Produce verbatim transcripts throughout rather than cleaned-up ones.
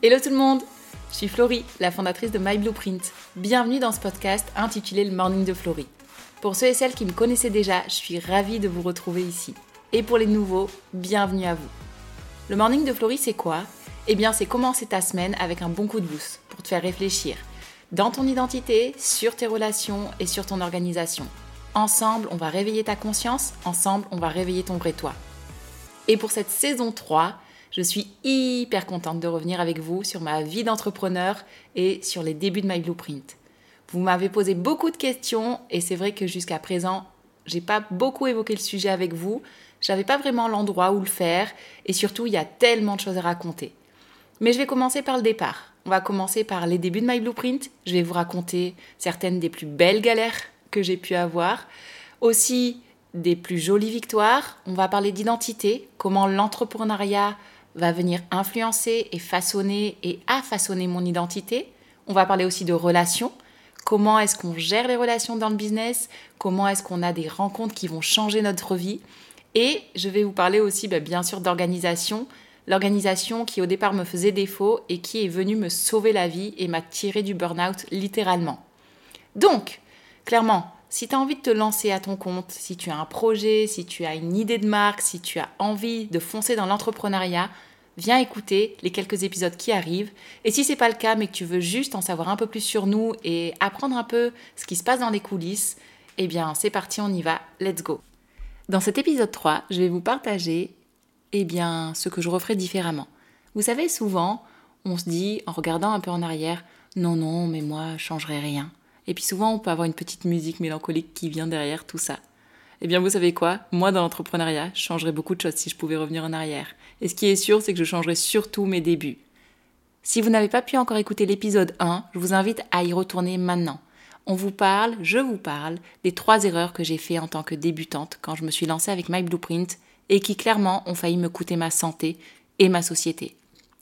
Hello tout le monde, je suis Florie, la fondatrice de My Blueprint. Bienvenue dans ce podcast intitulé Le Morning de Florie. Pour ceux et celles qui me connaissaient déjà, je suis ravie de vous retrouver ici. Et pour les nouveaux, bienvenue à vous. Le Morning de Florie, c'est quoi ? Eh bien, c'est commencer ta semaine avec un bon coup de boost pour te faire réfléchir dans ton identité, sur tes relations et sur ton organisation. Ensemble, on va réveiller ta conscience, ensemble, on va réveiller ton vrai toi. Et pour cette saison trois, je suis hyper contente de revenir avec vous sur ma vie d'entrepreneur et sur les débuts de My Blueprint. Vous m'avez posé beaucoup de questions et c'est vrai que jusqu'à présent, j'ai pas beaucoup évoqué le sujet avec vous. J'avais pas vraiment l'endroit où le faire et surtout, il y a tellement de choses à raconter. Mais je vais commencer par le départ. On va commencer par les débuts de My Blueprint. Je vais vous raconter certaines des plus belles galères que j'ai pu avoir. Aussi, des plus jolies victoires. On va parler d'identité, comment l'entrepreneuriat va venir influencer et façonner et a façonné mon identité. On va parler aussi de relations. Comment est-ce qu'on gère les relations dans le business ? Comment est-ce qu'on a des rencontres qui vont changer notre vie ? Et je vais vous parler aussi, bah, bien sûr, d'organisation. L'organisation qui au départ me faisait défaut et qui est venue me sauver la vie et m'a tiré du burn-out littéralement. Donc, clairement, si tu as envie de te lancer à ton compte, si tu as un projet, si tu as une idée de marque, si tu as envie de foncer dans l'entrepreneuriat, viens écouter les quelques épisodes qui arrivent. Et si ce n'est pas le cas, mais que tu veux juste en savoir un peu plus sur nous et apprendre un peu ce qui se passe dans les coulisses, eh bien c'est parti, on y va, let's go. Dans cet épisode trois, je vais vous partager eh bien, ce que je referai différemment. Vous savez, souvent, on se dit, en regardant un peu en arrière, non, non, mais moi, je changerai rien. Et puis souvent, on peut avoir une petite musique mélancolique qui vient derrière tout ça. Eh bien, vous savez quoi ? Moi, dans l'entrepreneuriat, je changerais beaucoup de choses si je pouvais revenir en arrière. Et ce qui est sûr, c'est que je changerais surtout mes débuts. Si vous n'avez pas pu encore écouter l'épisode un, je vous invite à y retourner maintenant. On vous parle, je vous parle, des trois erreurs que j'ai fait en tant que débutante quand je me suis lancée avec My Blueprint et qui clairement ont failli me coûter ma santé et ma société.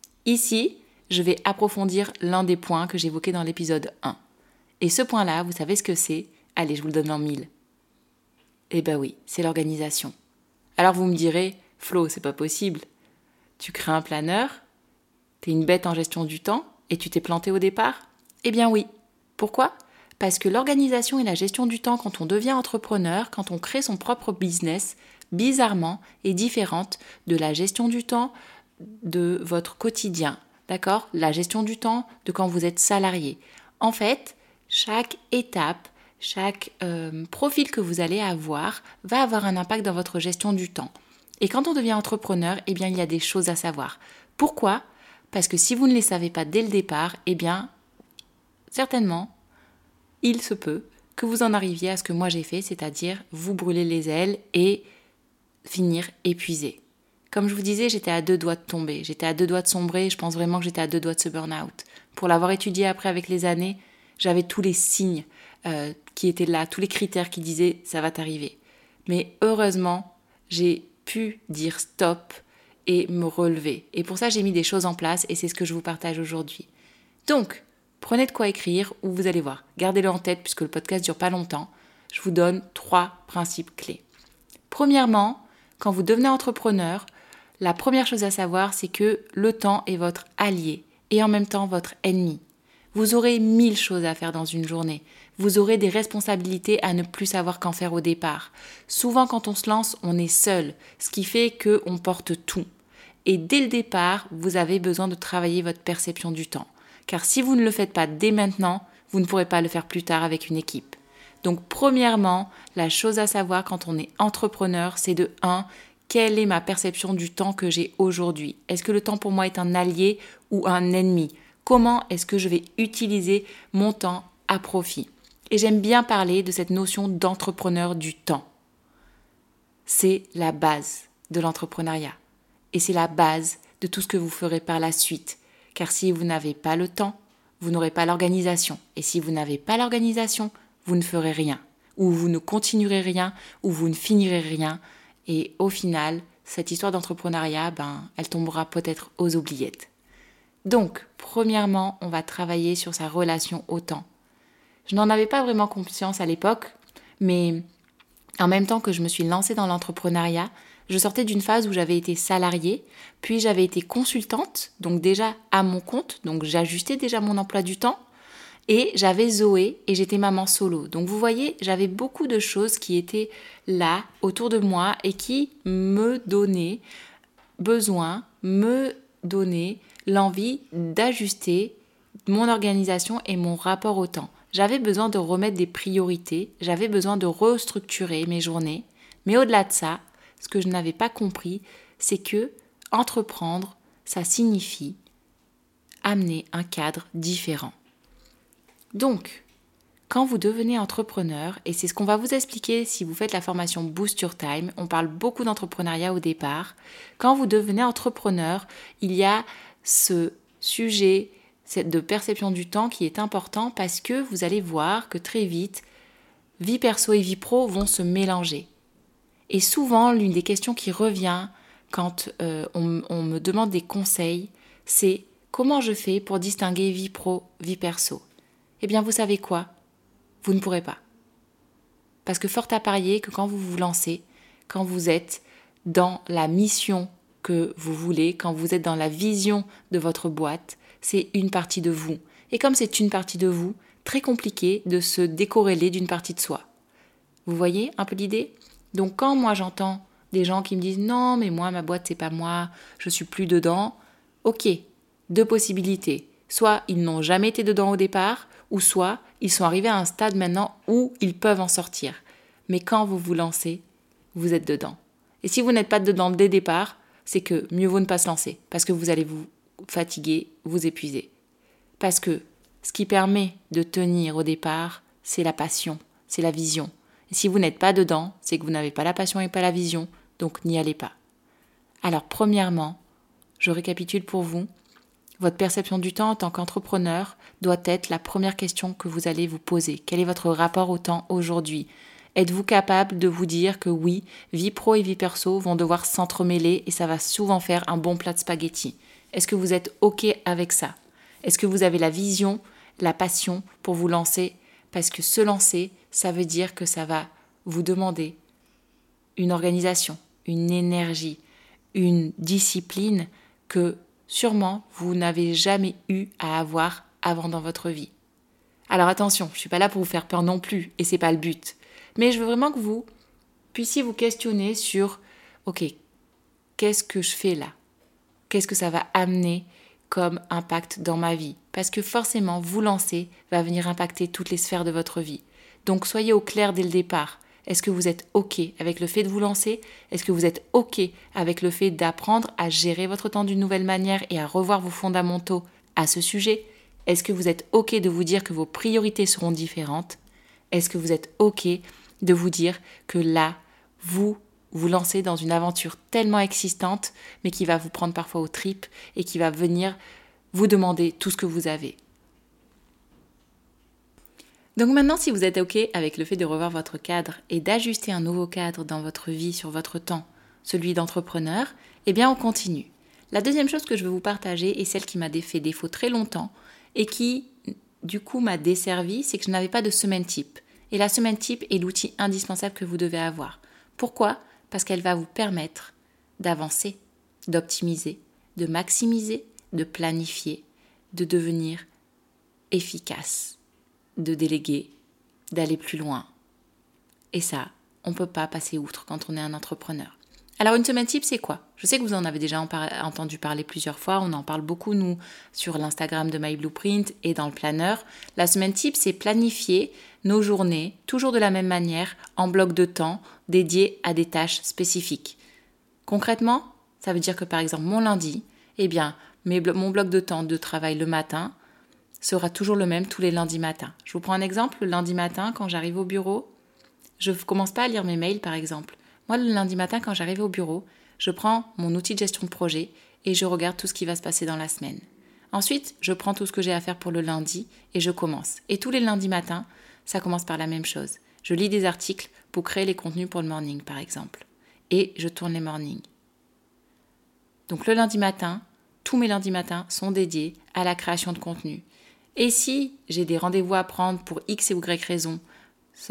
Ici, je vais approfondir l'un des points que j'évoquais dans l'épisode un. Et ce point-là, vous savez ce que c'est ? Allez, je vous le donne en mille. Eh ben oui, c'est l'organisation. Alors vous me direz, Flo, c'est pas possible. Tu crées un planeur, t'es une bête en gestion du temps et tu t'es planté au départ ? Eh bien oui. Pourquoi ? Parce que l'organisation et la gestion du temps quand on devient entrepreneur, quand on crée son propre business, bizarrement, est différente de la gestion du temps de votre quotidien. D'accord ? La gestion du temps de quand vous êtes salarié. En fait, chaque étape, chaque euh, profil que vous allez avoir va avoir un impact dans votre gestion du temps. Et quand on devient entrepreneur, eh bien, il y a des choses à savoir. Pourquoi ? Parce que si vous ne les savez pas dès le départ, eh bien, certainement, il se peut que vous en arriviez à ce que moi j'ai fait, c'est-à-dire vous brûler les ailes et finir épuisé. Comme je vous disais, j'étais à deux doigts de tomber, j'étais à deux doigts de sombrer, je pense vraiment que j'étais à deux doigts de ce burn-out. Pour l'avoir étudié après avec les années, j'avais tous les signes euh, qui étaient là, tous les critères qui disaient « ça va t'arriver ». Mais heureusement, j'ai pu dire stop et me relever. Et pour ça, j'ai mis des choses en place et c'est ce que je vous partage aujourd'hui. Donc, prenez de quoi écrire ou vous allez voir. Gardez-le en tête puisque le podcast dure pas longtemps. Je vous donne trois principes clés. Premièrement, quand vous devenez entrepreneur, la première chose à savoir, c'est que le temps est votre allié et en même temps votre ennemi. Vous aurez mille choses à faire dans une journée. Vous aurez des responsabilités à ne plus savoir qu'en faire au départ. Souvent, quand on se lance, on est seul, ce qui fait qu'on porte tout. Et dès le départ, vous avez besoin de travailler votre perception du temps. Car si vous ne le faites pas dès maintenant, vous ne pourrez pas le faire plus tard avec une équipe. Donc, premièrement, la chose à savoir quand on est entrepreneur, c'est de un, quelle est ma perception du temps que j'ai aujourd'hui ? Est-ce que le temps pour moi est un allié ou un ennemi ? Comment est-ce que je vais utiliser mon temps à profit ? Et j'aime bien parler de cette notion d'entrepreneur du temps. C'est la base de l'entrepreneuriat. Et c'est la base de tout ce que vous ferez par la suite. Car si vous n'avez pas le temps, vous n'aurez pas l'organisation. Et si vous n'avez pas l'organisation, vous ne ferez rien. Ou vous ne continuerez rien, ou vous ne finirez rien. Et au final, cette histoire d'entrepreneuriat, ben, elle tombera peut-être aux oubliettes. Donc, premièrement, on va travailler sur sa relation au temps. Je n'en avais pas vraiment conscience à l'époque, mais en même temps que je me suis lancée dans l'entrepreneuriat, Je sortais d'une phase où j'avais été salariée, puis j'avais été consultante, donc déjà à mon compte, donc j'ajustais déjà mon emploi du temps, et j'avais Zoé et j'étais maman solo. Donc vous voyez, j'avais beaucoup de choses qui étaient là, autour de moi, et qui me donnaient besoin, me donnaient l'envie d'ajuster mon organisation et mon rapport au temps. J'avais besoin de remettre des priorités, j'avais besoin de restructurer mes journées, mais au-delà de ça, ce que je n'avais pas compris, c'est que entreprendre, ça signifie amener un cadre différent. Donc, quand vous devenez entrepreneur, et c'est ce qu'on va vous expliquer si vous faites la formation Boost Your Time, on parle beaucoup d'entrepreneuriat au départ, quand vous devenez entrepreneur, il y a ce sujet de perception du temps qui est important parce que vous allez voir que très vite, vie perso et vie pro vont se mélanger. Et souvent, l'une des questions qui revient quand euh, on, on me demande des conseils, c'est comment je fais pour distinguer vie pro, vie perso ? Eh bien, vous savez quoi ? Vous ne pourrez pas. Parce que fort à parier que quand vous vous lancez, quand vous êtes dans la mission que vous voulez, quand vous êtes dans la vision de votre boîte, c'est une partie de vous. Et comme c'est une partie de vous, très compliqué de se décorréler d'une partie de soi. Vous voyez un peu l'idée ? Donc quand moi j'entends des gens qui me disent « Non, mais moi, ma boîte, c'est pas moi, je suis plus dedans », ok, deux possibilités. Soit ils n'ont jamais été dedans au départ, ou soit ils sont arrivés à un stade maintenant où ils peuvent en sortir. Mais quand vous vous lancez, vous êtes dedans. Et si vous n'êtes pas dedans dès le départ, c'est que mieux vaut ne pas se lancer, parce que vous allez vous fatiguer, vous épuiser. Parce que ce qui permet de tenir au départ, c'est la passion, c'est la vision. Et si vous n'êtes pas dedans, c'est que vous n'avez pas la passion et pas la vision, donc n'y allez pas. Alors premièrement, je récapitule pour vous, votre perception du temps en tant qu'entrepreneur doit être la première question que vous allez vous poser. Quel est votre rapport au temps aujourd'hui ? Êtes-vous capable de vous dire que oui, vie pro et vie perso vont devoir s'entremêler et ça va souvent faire un bon plat de spaghettis ? Est-ce que vous êtes OK avec ça ? Est-ce que vous avez la vision, la passion pour vous lancer ? Parce que se lancer, ça veut dire que ça va vous demander une organisation, une énergie, une discipline que sûrement vous n'avez jamais eu à avoir avant dans votre vie. Alors attention, je ne suis pas là pour vous faire peur non plus, et ce n'est pas le but. Mais je veux vraiment que vous puissiez vous questionner sur « Ok, qu'est-ce que je fais là ? Qu'est-ce que ça va amener comme impact dans ma vie ?» Parce que forcément, vous lancer va venir impacter toutes les sphères de votre vie. Donc soyez au clair dès le départ. Est-ce que vous êtes OK avec le fait de vous lancer ? Est-ce que vous êtes OK avec le fait d'apprendre à gérer votre temps d'une nouvelle manière et à revoir vos fondamentaux à ce sujet ? Est-ce que vous êtes OK de vous dire que vos priorités seront différentes ? Est-ce que vous êtes OK de vous dire que là, vous vous lancez dans une aventure tellement existante, mais qui va vous prendre parfois aux tripes et qui va venir vous demander tout ce que vous avez ? Donc maintenant, si vous êtes OK avec le fait de revoir votre cadre et d'ajuster un nouveau cadre dans votre vie sur votre temps, celui d'entrepreneur, eh bien on continue. La deuxième chose que je veux vous partager est celle qui m'a fait défaut très longtemps et qui, du coup, m'a desservi, c'est que je n'avais pas de semaine type. Et la semaine type est l'outil indispensable que vous devez avoir. Pourquoi ? Parce qu'elle va vous permettre d'avancer, d'optimiser, de maximiser, de planifier, de devenir efficace, de déléguer, d'aller plus loin. Et ça, on ne peut pas passer outre quand on est un entrepreneur. Alors une semaine type, c'est quoi ? Je sais que vous en avez déjà entendu parler plusieurs fois, on en parle beaucoup nous sur l'Instagram de MyBlueprint et dans le planeur. La semaine type, c'est planifier nos journées, toujours de la même manière, en blocs de temps dédiés à des tâches spécifiques. Concrètement, ça veut dire que par exemple mon lundi, eh bien mes blo- mon bloc de temps de travail le matin sera toujours le même tous les lundis matins. Je vous prends un exemple, le lundi matin, quand j'arrive au bureau, je ne commence pas à lire mes mails par exemple. Moi, le lundi matin, quand j'arrive au bureau, je prends mon outil de gestion de projet et je regarde tout ce qui va se passer dans la semaine. Ensuite, je prends tout ce que j'ai à faire pour le lundi et je commence. Et tous les lundis matins, ça commence par la même chose. Je lis des articles pour créer les contenus pour le morning, par exemple. Et je tourne les mornings. Donc le lundi matin, tous mes lundis matins sont dédiés à la création de contenu. Et si j'ai des rendez-vous à prendre pour X et Y raison, ça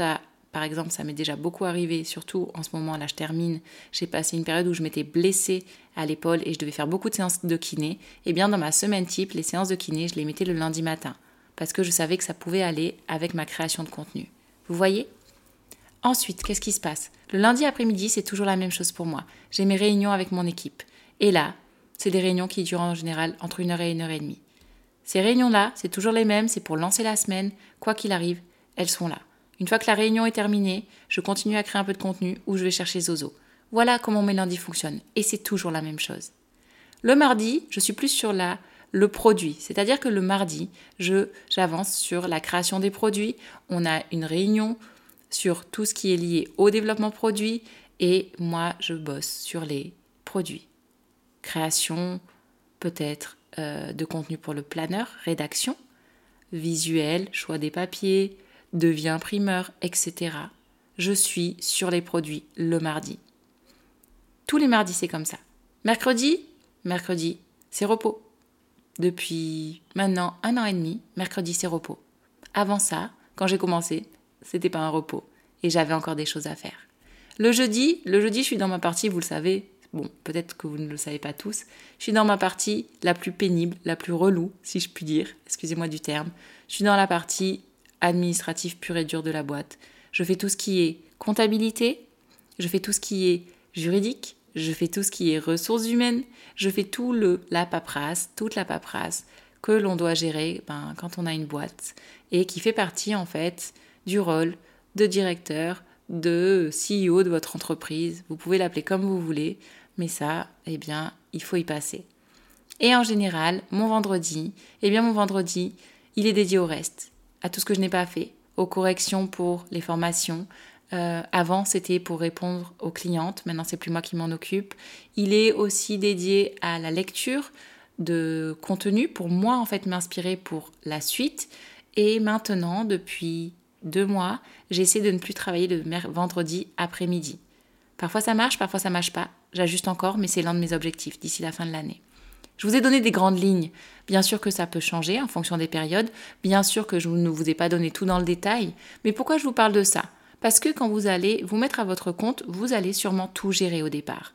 par exemple, ça m'est déjà beaucoup arrivé, surtout en ce moment, là je termine, j'ai passé une période où je m'étais blessée à l'épaule et je devais faire beaucoup de séances de kiné. Et bien dans ma semaine type, les séances de kiné, je les mettais le lundi matin parce que je savais que ça pouvait aller avec ma création de contenu. Vous voyez ? Ensuite, qu'est-ce qui se passe ? Le lundi après-midi, c'est toujours la même chose pour moi. J'ai mes réunions avec mon équipe. Et là, c'est des réunions qui durent en général entre une heure et une heure et demie. Ces réunions-là, c'est toujours les mêmes, c'est pour lancer la semaine. Quoi qu'il arrive, elles sont là. Une fois que la réunion est terminée, je continue à créer un peu de contenu ou je vais chercher Zozo. Voilà comment mes lundis fonctionnent. Et c'est toujours la même chose. Le mardi, je suis plus sur la, le produit. C'est-à-dire que le mardi, je, j'avance sur la création des produits. On a une réunion sur tout ce qui est lié au développement produit et moi, je bosse sur les produits. Création, peut-être, euh, de contenu pour le planeur, rédaction, visuel, choix des papiers, devis imprimeur, et cetera. Je suis sur les produits le mardi. Tous les mardis, c'est comme ça. Mercredi, mercredi, c'est repos. Depuis maintenant un an et demi, mercredi, c'est repos. Avant ça, quand j'ai commencé, c'était pas un repos. Et j'avais encore des choses à faire. Le jeudi, le jeudi, je suis dans ma partie, vous le savez. Bon, peut-être que vous ne le savez pas tous. Je suis dans ma partie la plus pénible, la plus relou, si je puis dire. Excusez-moi du terme. Je suis dans la partie administrative pure et dure de la boîte. Je fais tout ce qui est comptabilité. Je fais tout ce qui est juridique. Je fais tout ce qui est ressources humaines. Je fais tout le, la paperasse, toute la paperasse que l'on doit gérer ben, quand on a une boîte et qui fait partie en fait du rôle de directeur, de C E O de votre entreprise. Vous pouvez l'appeler comme vous voulez, mais ça, eh bien, il faut y passer. Et en général, mon vendredi, eh bien mon vendredi, il est dédié au reste, à tout ce que je n'ai pas fait, aux corrections pour les formations. Euh, avant, c'était pour répondre aux clientes. Maintenant, c'est plus moi qui m'en occupe. Il est aussi dédié à la lecture de contenu pour moi, en fait, m'inspirer pour la suite. Et maintenant, depuis deux mois, j'essaie de ne plus travailler le vendredi après-midi. Parfois, ça marche, parfois, ça marche pas. J'ajuste encore, mais c'est l'un de mes objectifs d'ici la fin de l'année. Je vous ai donné des grandes lignes. Bien sûr que ça peut changer en fonction des périodes. Bien sûr que je ne vous ai pas donné tout dans le détail. Mais pourquoi je vous parle de ça ? Parce que quand vous allez vous mettre à votre compte, vous allez sûrement tout gérer au départ.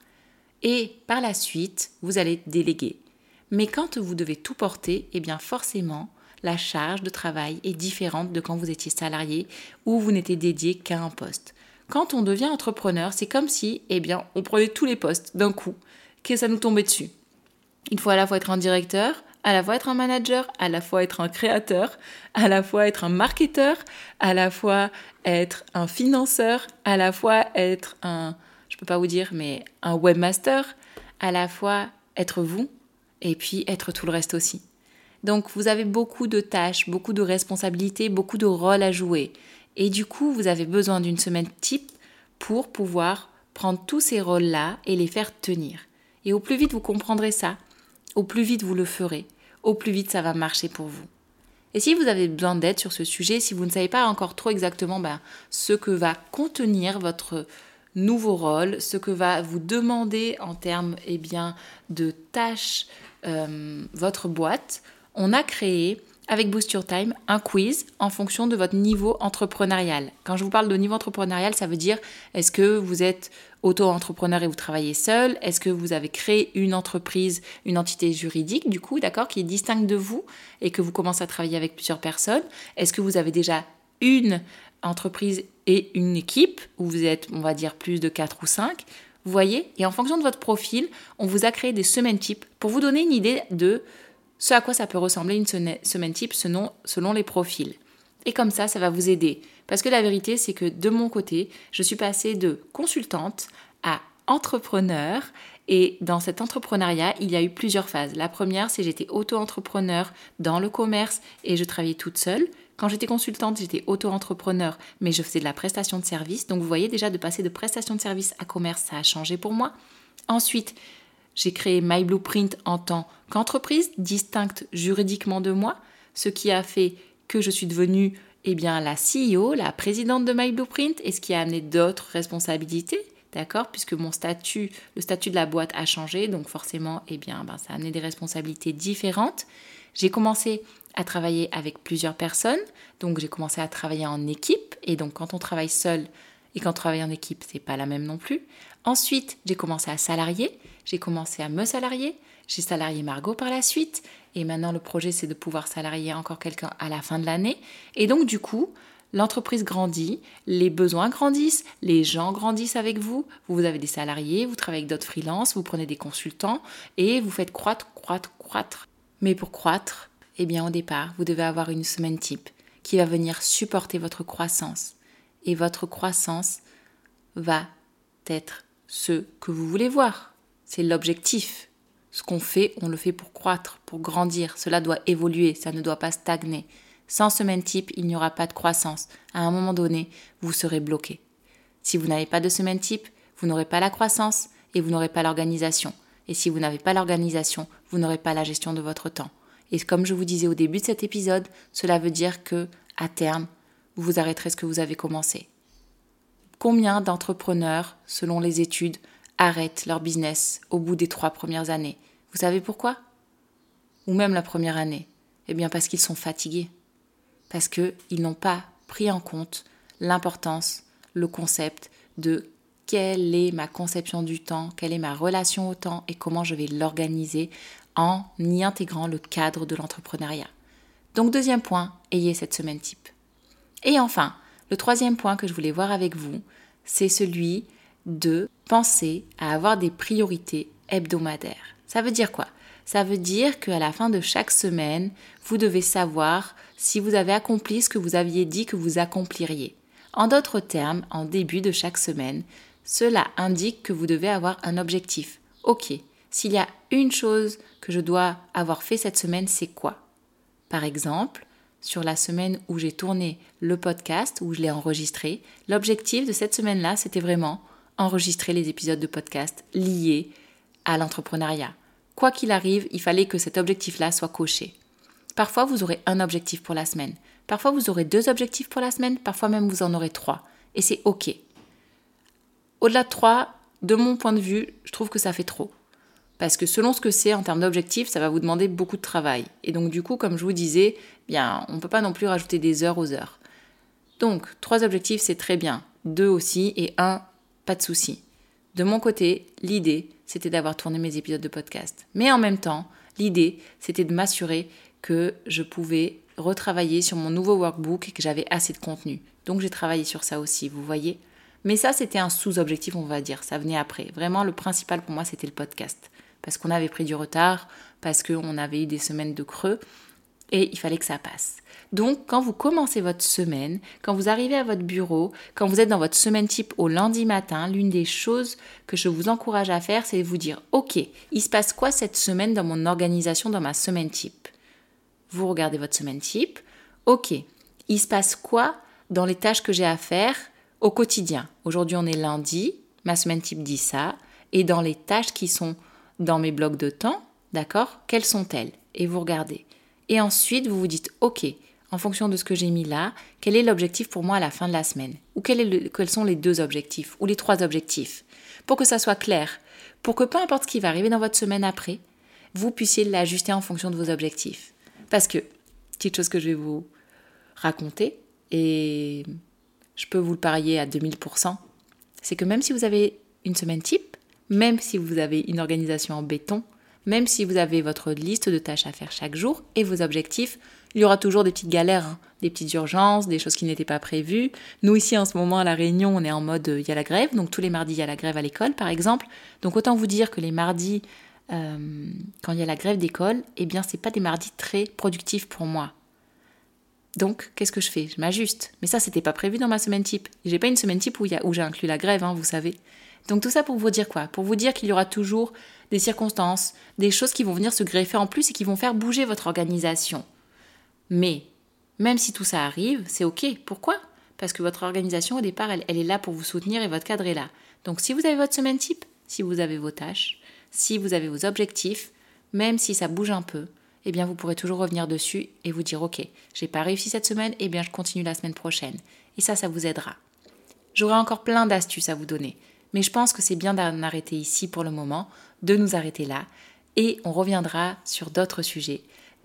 Et par la suite, vous allez déléguer. Mais quand vous devez tout porter, eh bien forcément, la charge de travail est différente de quand vous étiez salarié ou vous n'étiez dédié qu'à un poste. Quand on devient entrepreneur, c'est comme si, eh bien, on prenait tous les postes d'un coup, que ça nous tombait dessus. Il faut à la fois être un directeur, à la fois être un manager, à la fois être un créateur, à la fois être un marketeur, à la fois être un financeur, à la fois être un, je peux pas vous dire, mais un webmaster, à la fois être vous, et puis être tout le reste aussi. Donc vous avez beaucoup de tâches, beaucoup de responsabilités, beaucoup de rôles à jouer. Et du coup, vous avez besoin d'une semaine type pour pouvoir prendre tous ces rôles-là et les faire tenir. Et au plus vite vous comprendrez ça, au plus vite vous le ferez, au plus vite ça va marcher pour vous. Et si vous avez besoin d'aide sur ce sujet, si vous ne savez pas encore trop exactement ben, ce que va contenir votre nouveau rôle, ce que va vous demander en termes eh bien, de tâches euh, votre boîte, on a créé avec Boost Your Time un quiz en fonction de votre niveau entrepreneurial. Quand je vous parle de niveau entrepreneurial, ça veut dire est-ce que vous êtes auto-entrepreneur et vous travaillez seul ? Est-ce que vous avez créé une entreprise, une entité juridique du coup, d'accord, qui est distincte de vous et que vous commencez à travailler avec plusieurs personnes ? Est-ce que vous avez déjà une entreprise et une équipe où vous êtes, on va dire, plus de quatre ou cinq ? Vous voyez ? Et en fonction de votre profil, on vous a créé des semaines types pour vous donner une idée de ce à quoi ça peut ressembler une semaine type selon, selon les profils. Et comme ça, ça va vous aider. Parce que la vérité, c'est que de mon côté, je suis passée de consultante à entrepreneur. Et dans cet entrepreneuriat, il y a eu plusieurs phases. La première, c'est que j'étais auto-entrepreneur dans le commerce et je travaillais toute seule. Quand j'étais consultante, j'étais auto-entrepreneur, mais je faisais de la prestation de service. Donc vous voyez déjà, de passer de prestation de service à commerce, ça a changé pour moi. Ensuite, j'ai créé MyBlueprint en tant qu'entreprise, distincte juridiquement de moi, ce qui a fait que je suis devenue eh bien, la C E O, la présidente de MyBlueprint, et ce qui a amené d'autres responsabilités, d'accord, puisque mon statut, le statut de la boîte a changé, donc forcément, eh bien, ben, ça a amené des responsabilités différentes. J'ai commencé à travailler avec plusieurs personnes. Donc j'ai commencé à travailler en équipe. Et donc quand on travaille seul et quand on travaille en équipe, c'est pas la même non plus. Ensuite, j'ai commencé à salarier. J'ai commencé à me salarier. J'ai salarié Margot par la suite. Et maintenant, le projet, c'est de pouvoir salarier encore quelqu'un à la fin de l'année. Et donc du coup, l'entreprise grandit, les besoins grandissent, les gens grandissent avec vous. Vous avez des salariés, vous travaillez avec d'autres freelances, vous prenez des consultants et vous faites croître, croître, croître. Mais pour croître, eh bien au départ, vous devez avoir une semaine type qui va venir supporter votre croissance. Et votre croissance va être ce que vous voulez voir. C'est l'objectif. Ce qu'on fait, on le fait pour croître, pour grandir. Cela doit évoluer, ça ne doit pas stagner. Sans semaine type, il n'y aura pas de croissance. À un moment donné, vous serez bloqué. Si vous n'avez pas de semaine type, vous n'aurez pas la croissance et vous n'aurez pas l'organisation. Et si vous n'avez pas l'organisation, vous n'aurez pas la gestion de votre temps. Et comme je vous disais au début de cet épisode, cela veut dire que, à terme, vous vous arrêterez ce que vous avez commencé. Combien d'entrepreneurs, selon les études, arrêtent leur business au bout des trois premières années? Vous savez pourquoi? Ou même la première année? Eh bien parce qu'ils sont fatigués. Parce qu'ils n'ont pas pris en compte l'importance, le concept de quelle est ma conception du temps, quelle est ma relation au temps et comment je vais l'organiser en y intégrant le cadre de l'entrepreneuriat. Donc deuxième point, ayez cette semaine type. Et enfin, le troisième point que je voulais voir avec vous, c'est celui de penser à avoir des priorités hebdomadaires. Ça veut dire quoi ? Ça veut dire qu'à la fin de chaque semaine, vous devez savoir si vous avez accompli ce que vous aviez dit que vous accompliriez. En d'autres termes, en début de chaque semaine, cela indique que vous devez avoir un objectif. Ok, s'il y a une chose que je dois avoir fait cette semaine, c'est quoi ? Par exemple, sur la semaine où j'ai tourné le podcast, où je l'ai enregistré, l'objectif de cette semaine-là, c'était vraiment enregistrer les épisodes de podcast liés à l'entrepreneuriat. Quoi qu'il arrive, il fallait que cet objectif-là soit coché. Parfois, vous aurez un objectif pour la semaine. Parfois, vous aurez deux objectifs pour la semaine. Parfois même, vous en aurez trois. Et c'est OK. Au-delà de trois, de mon point de vue, je trouve que ça fait trop. Parce que selon ce que c'est en termes d'objectifs, ça va vous demander beaucoup de travail. Et donc, du coup, comme je vous disais, bien, on ne peut pas non plus rajouter des heures aux heures. Donc, trois objectifs, c'est très bien. Deux aussi et un, pas de souci. De mon côté, l'idée, c'était d'avoir tourné mes épisodes de podcast. Mais en même temps, l'idée, c'était de m'assurer que je pouvais retravailler sur mon nouveau workbook et que j'avais assez de contenu. Donc j'ai travaillé sur ça aussi, vous voyez. Mais ça, c'était un sous-objectif, on va dire. Ça venait après. Vraiment, le principal pour moi, c'était le podcast. Parce qu'on avait pris du retard, parce qu'on avait eu des semaines de creux. Et il fallait que ça passe. Donc, quand vous commencez votre semaine, quand vous arrivez à votre bureau, quand vous êtes dans votre semaine type au lundi matin, l'une des choses que je vous encourage à faire, c'est de vous dire « Ok, il se passe quoi cette semaine dans mon organisation, dans ma semaine type ?» Vous regardez votre semaine type. « Ok, il se passe quoi dans les tâches que j'ai à faire au quotidien ?» Aujourd'hui, on est lundi, ma semaine type dit ça. Et dans les tâches qui sont dans mes blocs de temps, d'accord, quelles sont-elles ? Et vous regardez. Et ensuite, vous vous dites, ok, en fonction de ce que j'ai mis là, quel est l'objectif pour moi à la fin de la semaine ? Ou quel est le, quels sont les deux objectifs ? Ou les trois objectifs ? Pour que ça soit clair, pour que peu importe ce qui va arriver dans votre semaine après, vous puissiez l'ajuster en fonction de vos objectifs. Parce que, petite chose que je vais vous raconter, et je peux vous le parier à deux mille pour cent, c'est que même si vous avez une semaine type, même si vous avez une organisation en béton, même si vous avez votre liste de tâches à faire chaque jour et vos objectifs, il y aura toujours des petites galères, hein, des petites urgences, des choses qui n'étaient pas prévues. Nous ici en ce moment à La Réunion, on est en mode il y a la grève, donc tous les mardis il y a la grève à l'école par exemple. Donc autant vous dire que les mardis, euh, quand il y a la grève d'école, eh bien c'est pas des mardis très productifs pour moi. Donc qu'est-ce que je fais ? Je m'ajuste. Mais ça c'était pas prévu dans ma semaine type. J'ai pas une semaine type où, il y a, où j'ai inclus la grève, hein, vous savez. Donc tout ça pour vous dire quoi ? Pour vous dire qu'il y aura toujours des circonstances, des choses qui vont venir se greffer en plus et qui vont faire bouger votre organisation. Mais même si tout ça arrive, c'est ok. Pourquoi ? Parce que votre organisation au départ, elle, elle est là pour vous soutenir et votre cadre est là. Donc si vous avez votre semaine type, si vous avez vos tâches, si vous avez vos objectifs, même si ça bouge un peu, eh bien vous pourrez toujours revenir dessus et vous dire ok, j'ai pas réussi cette semaine, eh bien je continue la semaine prochaine. Et ça, ça vous aidera. J'aurai encore plein d'astuces à vous donner. Mais je pense que c'est bien d'en arrêter ici pour le moment, de nous arrêter là, et on reviendra sur d'autres sujets dans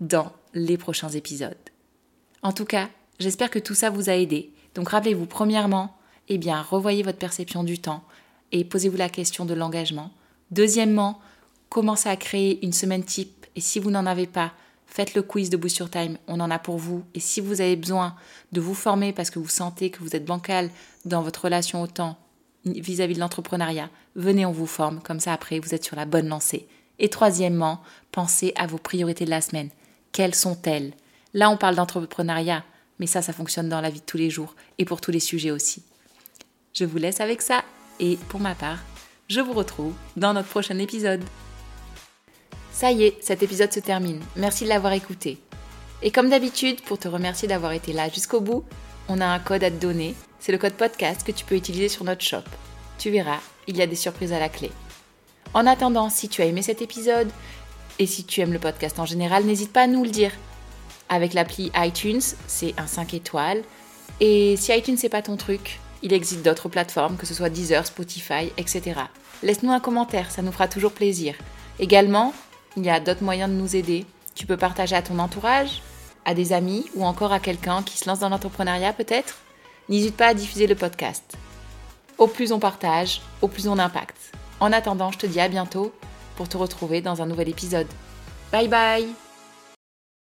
les prochains épisodes. En tout cas, j'espère que tout ça vous a aidé. Donc rappelez-vous, premièrement, eh bien, revoyez votre perception du temps et posez-vous la question de l'engagement. Deuxièmement, commencez à créer une semaine type et si vous n'en avez pas, faites le quiz de Boost Your Time, on en a pour vous. Et si vous avez besoin de vous former parce que vous sentez que vous êtes bancal dans votre relation au temps vis-à-vis de l'entrepreneuriat, venez, on vous forme. Comme ça, après, vous êtes sur la bonne lancée. Et troisièmement, pensez à vos priorités de la semaine. Quelles sont-elles ? Là, on parle d'entrepreneuriat, mais ça, ça fonctionne dans la vie de tous les jours et pour tous les sujets aussi. Je vous laisse avec ça et pour ma part, je vous retrouve dans notre prochain épisode. Ça y est, cet épisode se termine. Merci de l'avoir écouté. Et comme d'habitude, pour te remercier d'avoir été là jusqu'au bout, on a un code à te donner. C'est le code podcast que tu peux utiliser sur notre shop. Tu verras, il y a des surprises à la clé. En attendant, si tu as aimé cet épisode et si tu aimes le podcast en général, n'hésite pas à nous le dire. Avec l'appli iTunes, c'est un cinq étoiles. Et si iTunes c'est pas ton truc, il existe d'autres plateformes, que ce soit Deezer, Spotify, et cetera. Laisse-nous un commentaire, ça nous fera toujours plaisir. Également, il y a d'autres moyens de nous aider. Tu peux partager à ton entourage, à des amis ou encore à quelqu'un qui se lance dans l'entrepreneuriat peut-être. N'hésite pas à diffuser le podcast. Au plus on partage, au plus on impacte. En attendant, je te dis à bientôt pour te retrouver dans un nouvel épisode. Bye bye!